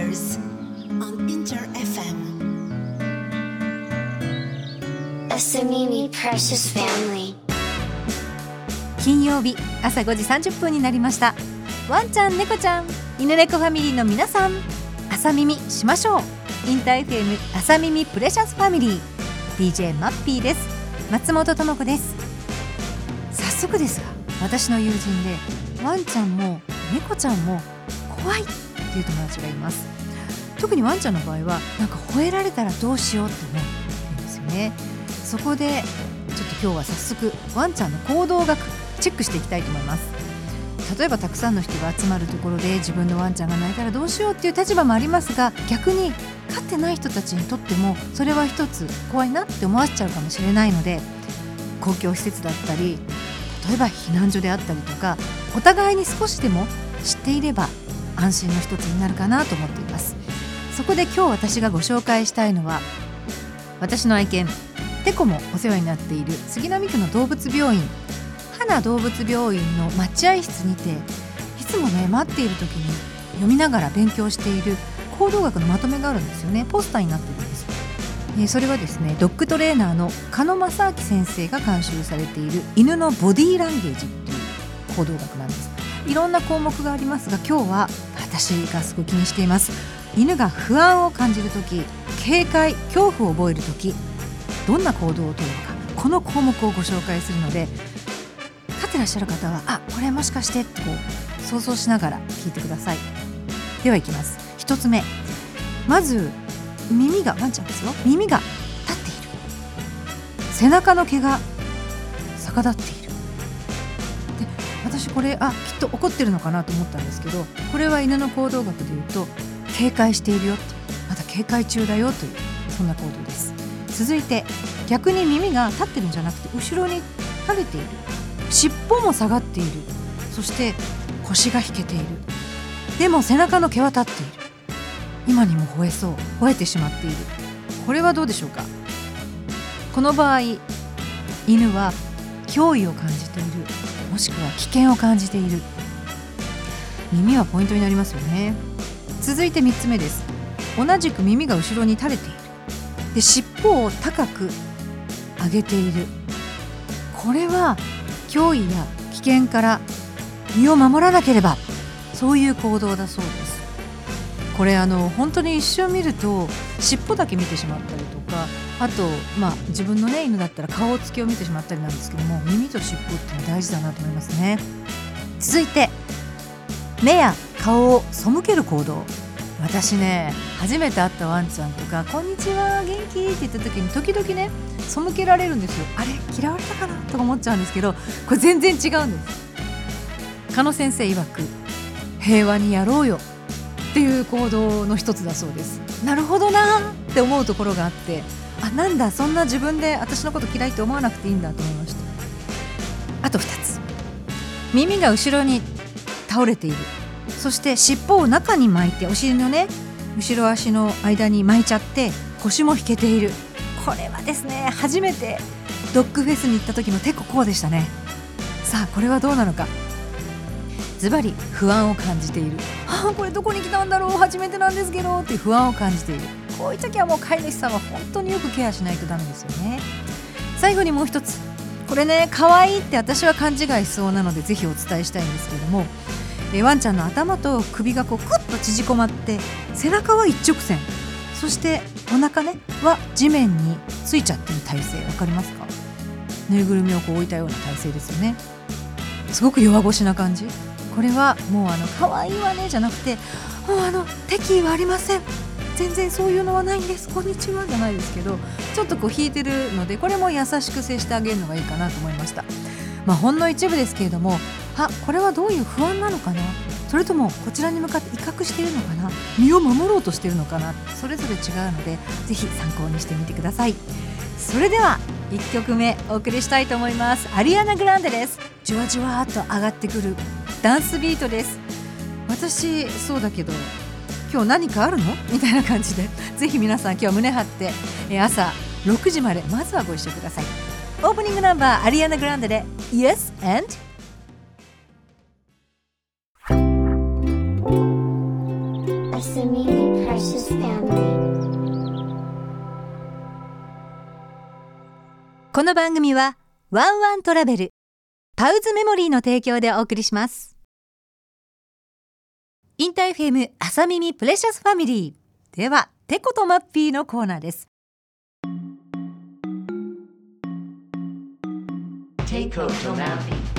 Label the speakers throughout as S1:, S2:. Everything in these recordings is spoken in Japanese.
S1: Colors on Inter FM.
S2: Asamimi Precious Family。
S3: 金曜日朝5時30分になりました。ワンちゃん猫ちゃん犬猫ファミリーの皆さん、朝耳しましょう。インター FM 朝耳プレシャスファミリー DJ マッピーです。松本智子です。早速ですが、私の友人でワンちゃんも猫ちゃんも怖いっていう友達がいます。特にワンちゃんの場合はなんか吠えられたらどうしようってね言うんですよね。そこでちょっと今日は早速ワンちゃんの行動学チェックしていきたいと思います。例えばたくさんの人が集まるところで自分のワンちゃんが泣いたらどうしようっていう立場もありますが、逆に飼ってない人たちにとってもそれは一つ怖いなって思わせちゃうかもしれないので、公共施設だったり例えば避難所であったりとか、お互いに少しでも知っていれば安心の一つになるかなと思っています。そこで今日私がご紹介したいのは、私の愛犬テコもお世話になっている杉並区の動物病院花動物病院の待合室にて、いつもね待っている時に読みながら勉強している行動学のまとめがあるんですよね。ポスターになってるんです。それはですね、ドッグトレーナーの鹿野正明先生が監修されている犬のボディーランゲージという行動学なんです。いろんな項目がありますが、今日は私がすごく気にしています。犬が不安を感じるとき、警戒恐怖を覚えるとき、どんな行動をとるのか、この項目をご紹介するので、飼ってらっしゃる方はこれもしかしてってこう想像しながら聞いてください。ではいきます。一つ目、まず耳が、ワンちゃんですよ、耳が立っている、背中の毛が逆立っている。で、私これきっと怒ってるのかなと思ったんですけど、これは犬の行動学でいうと警戒しているよっていう、まだ警戒中だよという、そんな行動です。続いて逆に耳が立ってるんじゃなくて後ろに垂れている、尻尾も下がっている、そして腰が引けている、でも背中の毛は立っている、今にも吠えそう、吠えてしまっている。これはどうでしょうか。この場合犬は脅威を感じている、もしくは危険を感じている。耳はポイントになりますよね。続いて3つ目です。同じく耳が後ろに垂れている、で尻尾を高く上げている。これは脅威や危険から身を守らなければ、そういう行動だそうです。これ本当に一瞬見ると尻尾だけ見てしまったりとか、あと自分のね犬だったら顔つきを見てしまったりなんですけども、耳と尻尾っていうのは大事だなと思いますね。続いて目や顔を背ける行動。私ね、初めて会ったワンちゃんとかこんにちは元気って言った時に時々ね背けられるんですよ。あれ嫌われたかなとか思っちゃうんですけど、これ全然違うんです。鹿野先生曰く平和にやろうよっていう行動の一つだそうです。なるほどなって思うところがあって、なんだそんな自分で私のこと嫌いって思わなくていいんだと思いました。あと2つ、耳が後ろに倒れている、そして尻尾を中に巻いてお尻のね後ろ足の間に巻いちゃって腰も引けている。これはですね、初めてドッグフェスに行った時のテコこうでしたね。さあこれはどうなのか。ズバリ不安を感じている。これどこに来たんだろう、初めてなんですけどっていう不安を感じている。こういう時はもう飼い主さんは本当によくケアしないとダメですよね。最後にもう一つ、これね可愛いって私は勘違いしそうなのでぜひお伝えしたいんですけれども、ワンちゃんの頭と首がこうクッと縮こまって、背中は一直線、そしてお腹ねは地面についちゃってる体勢、わかりますか。ぬいぐるみをこう置いたような体勢ですよね。すごく弱腰な感じ。これはもう可愛いわねじゃなくて、もう敵意はありません、全然そういうのはないんです、こんにちはじゃないですけど、ちょっとこう引いてるので、これも優しく接してあげるのがいいかなと思いました。ほんの一部ですけれども、これはどういう不安なのかな、それともこちらに向かって威嚇しているのかな、身を守ろうとしているのかな、それぞれ違うのでぜひ参考にしてみてください。それでは1曲目お送りしたいと思います。アリアナ・グランデです。じわじわっと上がってくるダンスビートです。私そうだけど今日何かあるのみたいな感じで、ぜひ皆さん今日は胸張って朝6時までまずはご一緒ください。オープニングナンバーアリアナ・グランデで Yes and
S2: Asamimi Precious Family。
S3: この番組はワンワントラベルパウズメモリーの提供でお送りします。インターFM朝耳プレシャスファミリーでは、テコとマッピーのコーナーです。
S4: テコとマッピー。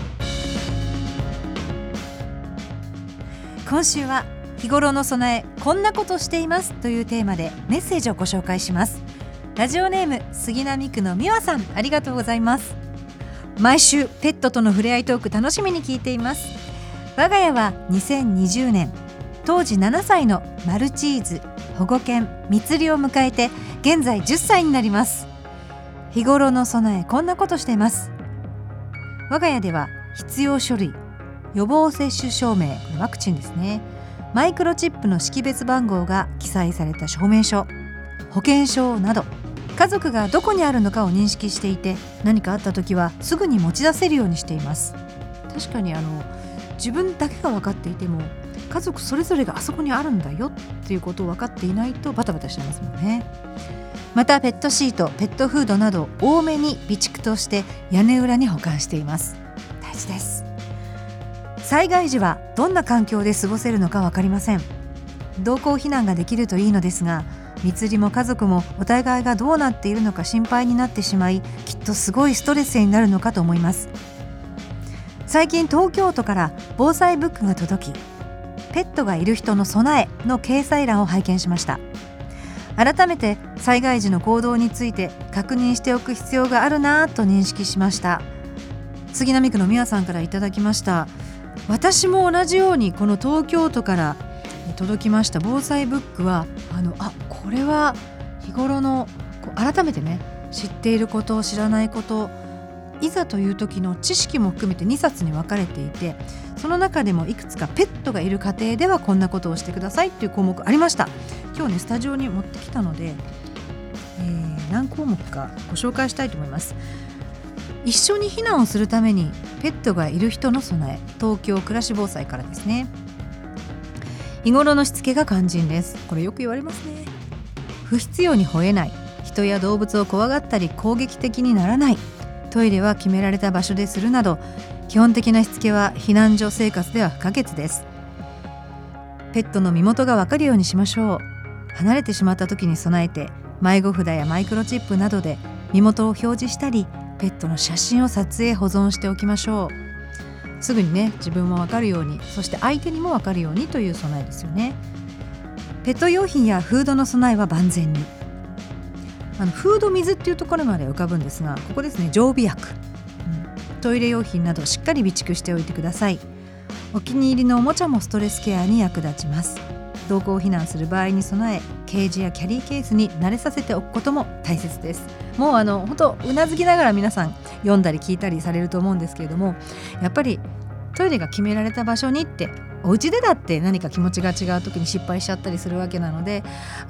S3: 今週は日頃の備えこんなことしていますというテーマでメッセージをご紹介します。ラジオネーム杉並区の美和さん、ありがとうございます。毎週ペットとの触れ合いトーク楽しみに聞いています。我が家は2020年当時7歳のマルチーズ保護犬みつりを迎えて現在10歳になります。日頃の備えこんなことしています。我が家では必要書類、予防接種証明、ワクチンですね、マイクロチップの識別番号が記載された証明書、保険証など家族がどこにあるのかを認識していて、何かあった時はすぐに持ち出せるようにしています。確かに自分だけが分かっていても家族それぞれがあそこにあるんだよっていうことを分かっていないとバタバタしちゃいますもんね。またペットシート、ペットフードなど多めに備蓄として屋根裏に保管しています。大事です。災害時はどんな環境で過ごせるのか分かりません。同行避難ができるといいのですが、みつりも家族もお互いがどうなっているのか心配になってしまい、きっとすごいストレスになるのかと思います。最近東京都から防災ブックが届き、ペットがいる人の備えの掲載欄を拝見しました。改めて災害時の行動について確認しておく必要があるなと認識しました。杉並区の宮さんからいただきました。私も同じようにこの東京都から届きました防災ブックはこれは日頃の改めてね、知っていること、知らないこと、いざという時の知識も含めて2冊に分かれていて、その中でもいくつかペットがいる家庭ではこんなことをしてくださいっていう項目ありました。今日ねスタジオに持ってきたので、何項目かご紹介したいと思います。一緒に避難をするためにペットがいる人の備え、東京暮らし防災からですね。日頃のしつけが肝心です。これよく言われますね。不必要に吠えない、人や動物を怖がったり攻撃的にならない、トイレは決められた場所でするなど、基本的なしつけは避難所生活では不可欠です。ペットの身元が分かるようにしましょう。離れてしまった時に備えて迷子札やマイクロチップなどで身元を表示したり、ペットの写真を撮影保存しておきましょう。すぐにね、自分も分かるように、そして相手にも分かるようにという備えですよね。ペット用品やフードの備えは万全に。フード水っていうところまで浮かぶんですが、ここですね、常備薬、トイレ用品などしっかり備蓄しておいてください。お気に入りのおもちゃもストレスケアに役立ちます。同行避難する場合に備え、ケージやキャリーケースに慣れさせておくことも大切です。もう本当うなずきながら皆さん読んだり聞いたりされると思うんですけれども、やっぱりトイレが決められた場所にって、お家でだって何か気持ちが違う時に失敗しちゃったりするわけなので、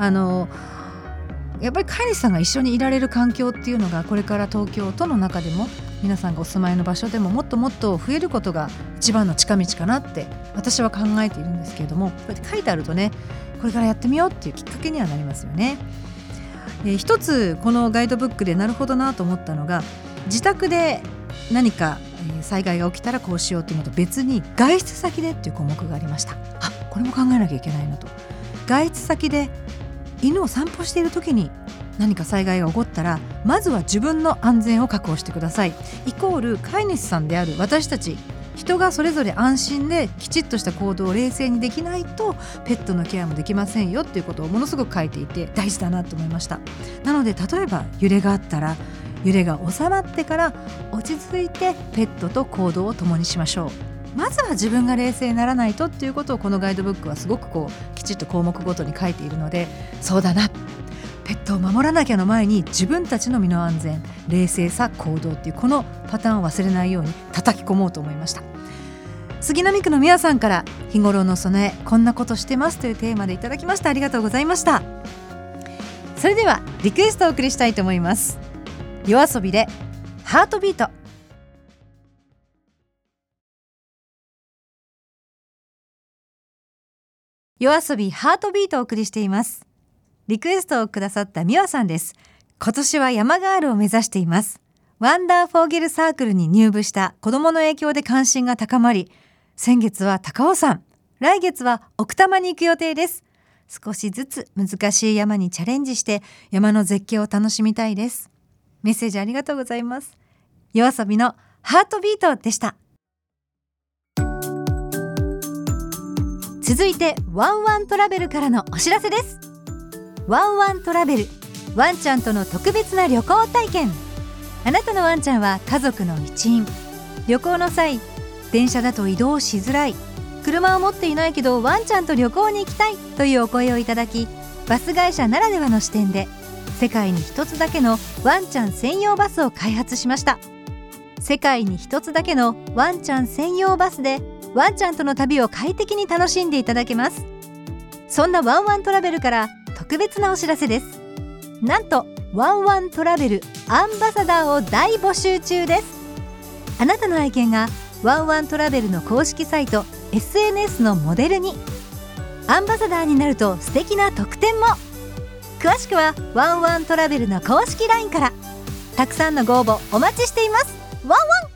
S3: やっぱり飼い主さんが一緒にいられる環境っていうのが、これから東京都の中でも皆さんがお住まいの場所でももっともっと増えることが一番の近道かなって私は考えているんですけれども、こうやって書いてあるとね、これからやってみようっていうきっかけにはなりますよね。一つこのガイドブックでなるほどなと思ったのが、自宅で何か災害が起きたらこうしようというのと別に、外出先でっていう項目がありました。これも考えなきゃいけないなと。外出先で犬を散歩している時に何か災害が起こったら、まずは自分の安全を確保してください。イコール飼い主さんである私たち人がそれぞれ安心できちっとした行動を冷静にできないと、ペットのケアもできませんよっていうことをものすごく書いていて大事だなと思いました。なので例えば揺れがあったら、揺れが収まってから落ち着いてペットと行動を共にしましょう。まずは自分が冷静にならないとっていうことを、このガイドブックはすごくきちっと項目ごとに書いているので、そうだな、ペットを守らなきゃの前に自分たちの身の安全、冷静さ、行動っていうこのパターンを忘れないように叩き込もうと思いました。杉並区の宮さんから、日頃の備えこんなことしてますというテーマでいただきました。ありがとうございました。それではリクエストをお送りしたいと思います。夜遊びでハートビート。 夜遊びハートビートをお送りしています。リクエストをくださったみわさんです。今年は山ガールを目指しています。ワンダーフォーゲルサークルに入部した子供の影響で関心が高まり、先月は高尾山、来月は奥多摩に行く予定です。少しずつ難しい山にチャレンジして山の絶景を楽しみたいです。メッセージありがとうございます。夜遊びのハートビートでした。続いてワンワントラベルからのお知らせです。ワンワントラベル、ワンちゃんとの特別な旅行体験。あなたのワンちゃんは家族の一員。旅行の際、電車だと移動しづらい、車を持っていないけどワンちゃんと旅行に行きたいというお声をいただき、バス会社ならではの視点で世界に一つだけのワンちゃん専用バスを開発しました。世界に一つだけのワンちゃん専用バスでワンちゃんとの旅を快適に楽しんでいただけます。そんなワンワントラベルから特別なお知らせです。なんとワンワントラベルアンバサダーを大募集中です。あなたの愛犬がワンワントラベルの公式サイト SNS のモデルに。アンバサダーになると素敵な特典も。詳しくはワンワントラベルの公式 LINE から。たくさんのご応募お待ちしています。ワンワン。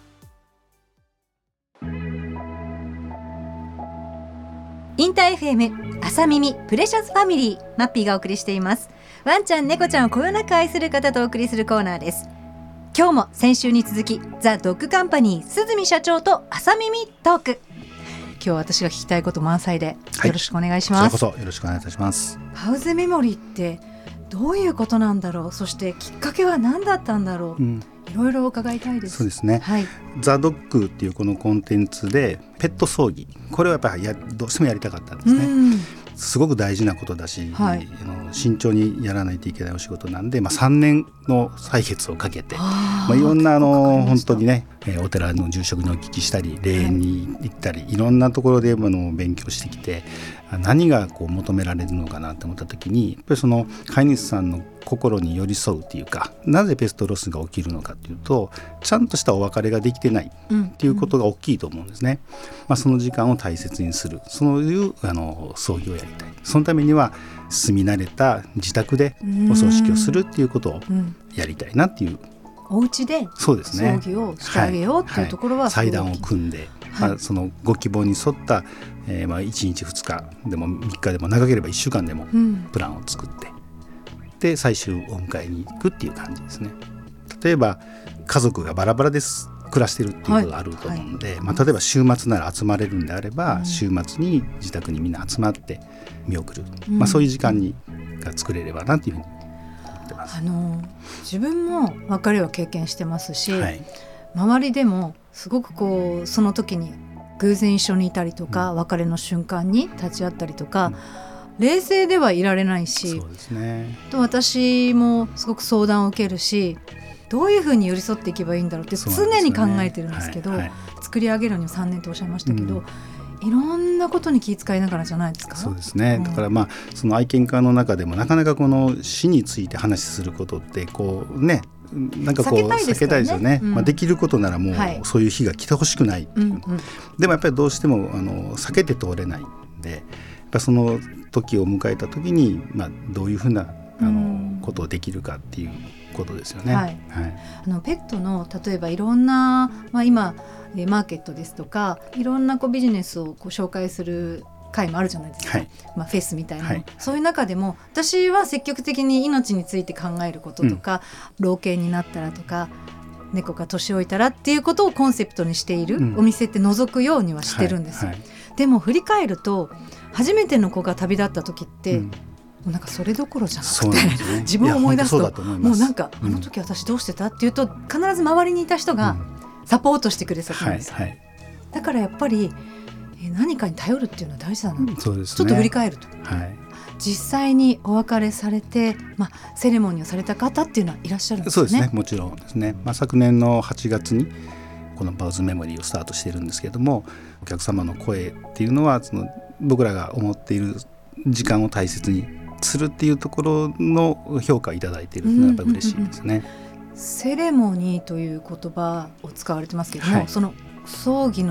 S3: インター FM 朝耳プレシャスファミリー、マッピーがお送りしています。ワンちゃん猫ちゃんをこよなく愛する方とお送りするコーナーです。今日も先週に続きザ・ドッグカンパニー鈴見社長と朝耳トーク。今日は私が聞きたいこと満載で、よろしくお願いします。
S5: こちらこそよろしくお願いいたします。
S3: パウズメモリーってどういうことなんだろう、そしてきっかけは何だったんだろう、いろいろ伺いたいです。
S5: そうですね、
S3: はい、
S5: ザ・ドッグっていうこのコンテンツでペット葬儀、これをやっぱりどうしてもやりたかったんですね。すごく大事なことだし、はい、慎重にやらないといけないお仕事なんで、3年の歳月をかけて、いろんな本当にね、お寺の住職にお聞きしたり、霊園に行ったり、いろんなところで勉強してきて、何が求められるのかなと思った時に、やっぱりその飼い主さんの心に寄り添うっていうか、なぜペストロスが起きるのかっていうと、ちゃんとしたお別れができてないっていうことが大きいと思うんですね。その時間を大切にする、そういう葬儀をやりたい。そのためには住み慣れた自宅でお葬式をするっていうことをやりたいなっていう、
S3: お家で葬儀をしてあげようっていうところは、
S5: 祭壇を組んで、そのご希望に沿った、1日2日でも3日でも長ければ1週間でもプランを作って、で最終お迎えに行くっていう感じですね。例えば家族がバラバラです暮らしてるっていうことがあると思うので、例えば週末なら集まれるんであれば、週末に自宅にみんな集まって見送る、そういう時間が作れればなっていうふうに思ってます。
S3: 自分も別れを経験してますし、周りでもすごくその時に偶然一緒にいたりとか、別れの瞬間に立ち会ったりとか、冷静ではいられないし、
S5: そうですね、
S3: と私もすごく相談を受けるし、どういうふうに寄り添っていけばいいんだろうって常に考えてるんですけど、作り上げるには3年とおっしゃいましたけど、いろんなことに気遣いながらじゃないですか。
S5: そうですね、だからその愛犬家の中でもなかなかこの死について話することってなんか避けたいですよね。できることならもうそういう日が来てほしくないっていう、でもやっぱりどうしても避けて通れないんで、やっぱその時を迎えた時に、どういうふうなことをできるかっていうことですよね。
S3: ペットの例えばいろんな、今マーケットですとかいろんなビジネスを紹介する会もあるじゃないですか、フェスみたいな、そういう中でも私は積極的に命について考えることとか、老犬になったらとか猫が年老いたらっていうことをコンセプトにしているお店って覗くようにはしてるんですよ。でも振り返ると初めての子が旅立った時って、なんかそれどころじゃなくて、自分を思い出すともうなんかあの時私どうしてたっていうと、必ず周りにいた人がサポートしてくれてたんですよ。だからやっぱり何かに頼るっていうのは大事だな、ちょっと振り返ると、実際にお別れされて、セレモニーをされた方っていうのはいらっしゃるんですね。
S5: そうですね、もちろんですね。昨年の8月にこのパウズメモリーをスタートしているんですけども、お客様の声っていうのは僕らが思っている時間を大切にするっていうところの評価をいただいているのはやっぱり嬉しいですね。
S3: セレモニーという言葉を使われてますけども、その葬儀の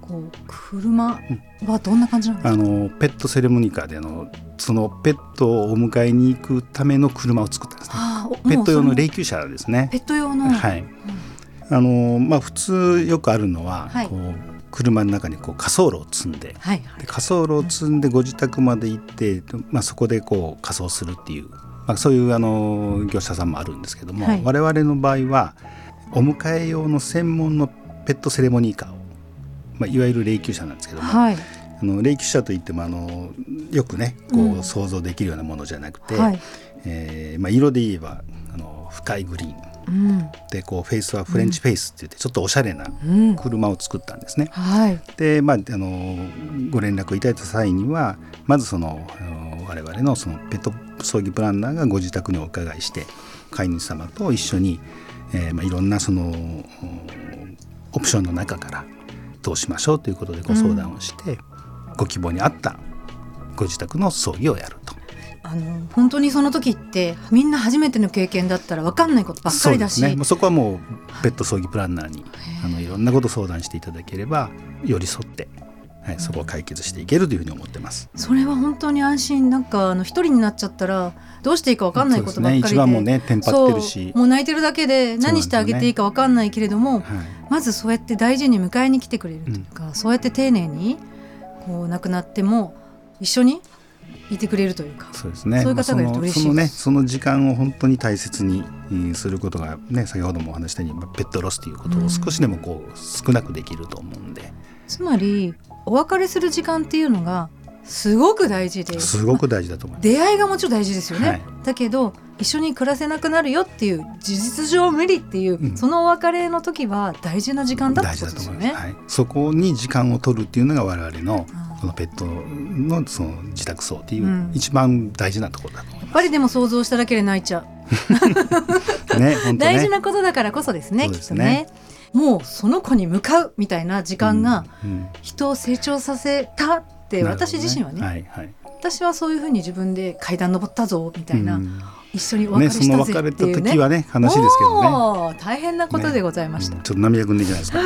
S3: こう車はどんな感じなんですか？
S5: ペットセレモニーカーでそのペットをお迎えに行くための車を作ったんですね。ペット用の霊柩車ですね。
S3: ペット用の、
S5: はい。普通よくあるのは、
S3: はい、
S5: こう車の中にこう火葬炉を積んで、
S3: はいはい、
S5: で火葬炉を積んでご自宅まで行って、そこでこう火葬するっていう、そういう業者さんもあるんですけども、はい、我々の場合はお迎え用の専門のペットセレモニーカーを、いわゆる霊柩車なんですけども、はい、霊柩車といってもよくねこう想像できるようなものじゃなくて、はい、色で言えば深いグリーン、でこうフェイスはフレンチフェイスって言ってちょっとおしゃれな車を作ったんですね。はい、で、ご連絡いただいた際にはまず我々のそのペット葬儀プランナーがご自宅にお伺いして飼い主様と一緒に、いろんなそのオプションの中からどうしましょうということでご相談をして、ご希望に合ったご自宅の葬儀をやると。
S3: 本当にその時ってみんな初めての経験だったら分かんないことばっかりだし、
S5: そうですね、そこはもうペット葬儀プランナーにいろんなことを相談していただければ寄り添って、はい、そこを解決していけるというふうに思ってます。
S3: それは本当に安心。なんか一人になっちゃったらどうしていいか分かんないことばっかりで、
S5: 一番もねテンパってるし、
S3: もう泣いてるだけで何してあげていいか分かんないけれども、まずそうやって大事に迎えに来てくれるというか、そうやって丁寧にこう亡くなっても一緒にいてくれるというか、
S5: そうですね、
S3: そういう方がいると嬉しいです。
S5: その時間を本当に大切にすることが、先ほどもお話したようにペットロスということを少しでもこう少なくできると思うんで、
S3: つまりお別れする時間っていうのがすごく大事で、
S5: すごく大事だと思います。
S3: 出会いがもちろん大事ですよね、
S5: はい、
S3: だけど一緒に暮らせなくなるよっていう事実上無理っていう、そのお別れの時は大事な時間だってことですよね。
S5: はい、そこに時間を取るっていうのが我々のこのペットのその自宅葬っていう一番大事なところだと思います。
S3: やっぱりでも想像しただけで泣いちゃう
S5: ね、本当ね、
S3: 大事なことだからこそですね、きっとね。もうその子に向かうみたいな時間が人を成長させたって私自身はね、はいはい、私はそういうふうに自分で階段登ったぞみたいな、一緒にお別れしたぜっていうね、
S5: その別れた時はね悲しいですけどね、
S3: もう大変なことでございました、
S5: ちょっと涙ぐんでいいじゃないですか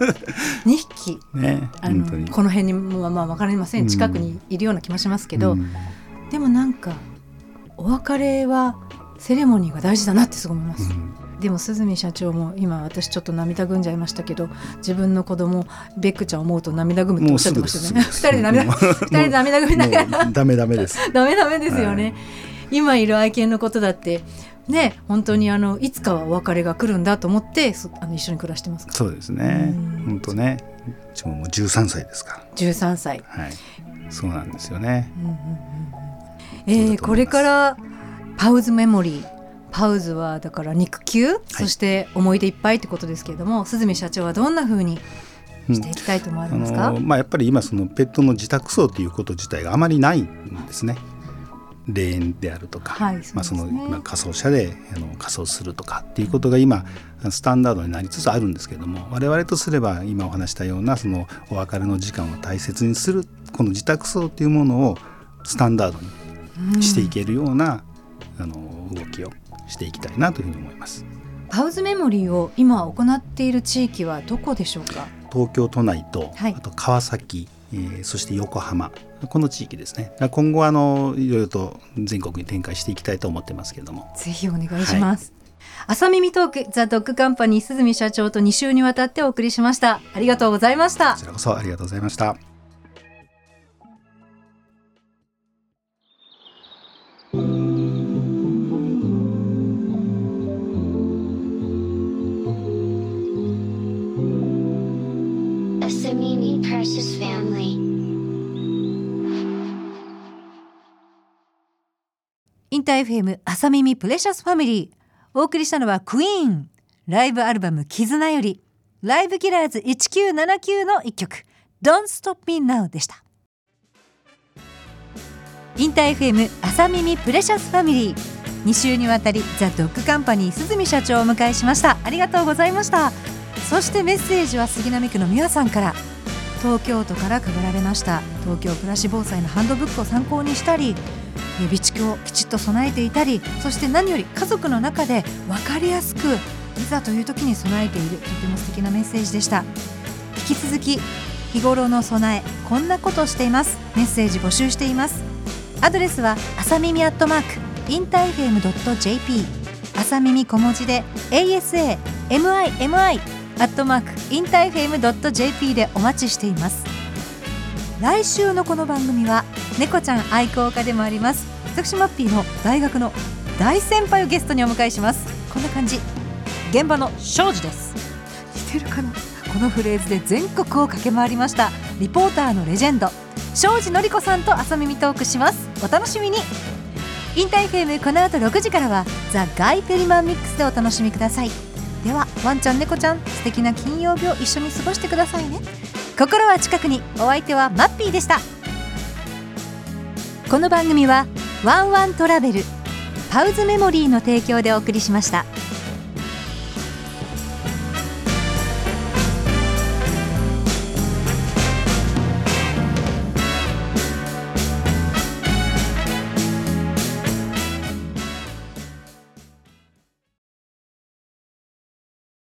S3: 2匹、
S5: ね、本当に
S3: この辺にも分かりません、近くにいるような気もしますけど、でもなんかお別れはセレモニーが大事だなってすごい思います、でも鈴見社長も今私ちょっと涙ぐんじゃいましたけど、自分の子供ベックちゃんを思うと涙ぐむっておっしゃってましたね。2人で涙ぐみながら
S5: ダメです
S3: ダメですよね、はい、今いる愛犬のことだってね、本当にいつかはお別れが来るんだと思って一緒に暮らしてますから。
S5: そうですね、本当ね、うちももう13歳ですから。
S3: 13歳、
S5: はい、そうなんですよね、
S3: これからパウズメモリー、パウズはだから肉球、そして思い出いっぱいってことですけれども、鈴見社長はどんな風にしていきたいと思われますか？
S5: やっぱり今そのペットの自宅葬ということ自体があまりないんですね。霊園であるとか、はい、その火葬車で火葬するとかっていうことが今スタンダードになりつつあるんですけども、我々とすれば今お話したようなそのお別れの時間を大切にするこの自宅葬というものをスタンダードにしていけるような、動きをしていきたいなというふうに思います。
S3: パウズメモリーを今行っている地域はどこでしょうか？
S5: 東京都内と、
S3: はい、
S5: あと川崎、そして横浜、この地域ですね。今後いろいろと全国に展開していきたいと思ってますけれども、
S3: ぜひお願いします、はい、朝耳トークザ・ドッグカンパニー鈴見社長と2週にわたってお送りしました。ありがとうございました。
S5: こちらこそありがとうございました。
S2: Asamimi Precious Family。
S3: インター FM 朝耳プレシャスファミリー、お送りしたのはクイーンライブアルバム絆よりライブキラーズ1979の一曲 Don't Stop Me Now でした。インター FM 朝耳プレシャスファミリー、2週にわたりザ・ドッグカンパニー鈴見社長をお迎えしました。ありがとうございました。そしてメッセージは杉並区の美和さんから、東京都から配られました東京暮らし防災のハンドブックを参考にしたり、備蓄をきちっと備えていたり、そして何より家族の中で分かりやすくいざという時に備えている、とても素敵なメッセージでした。引き続き日頃の備え、こんなことしています。メッセージ募集しています。アドレスは朝耳@interfm.jp、 朝耳小文字で ASAMIMI@interfm.jp でお待ちしています。来週のこの番組は猫ちゃん愛好家でもあります、私マッピーの大学の大先輩をゲストにお迎えします。こんな感じ、現場の庄司です。似てるかな。このフレーズで全国を駆け回りましたリポーターのレジェンド庄司典子さんと朝耳トークします。お楽しみに。インター FM、 この後6時からはザ・ガイ・ペリマンミックスでお楽しみください。ではワンちゃん猫ちゃん、素敵な金曜日を一緒に過ごしてくださいね。心は近くに。お相手はマッピーでした。この番組はワンワントラベル、パウズメモリーの提供でお送りしました。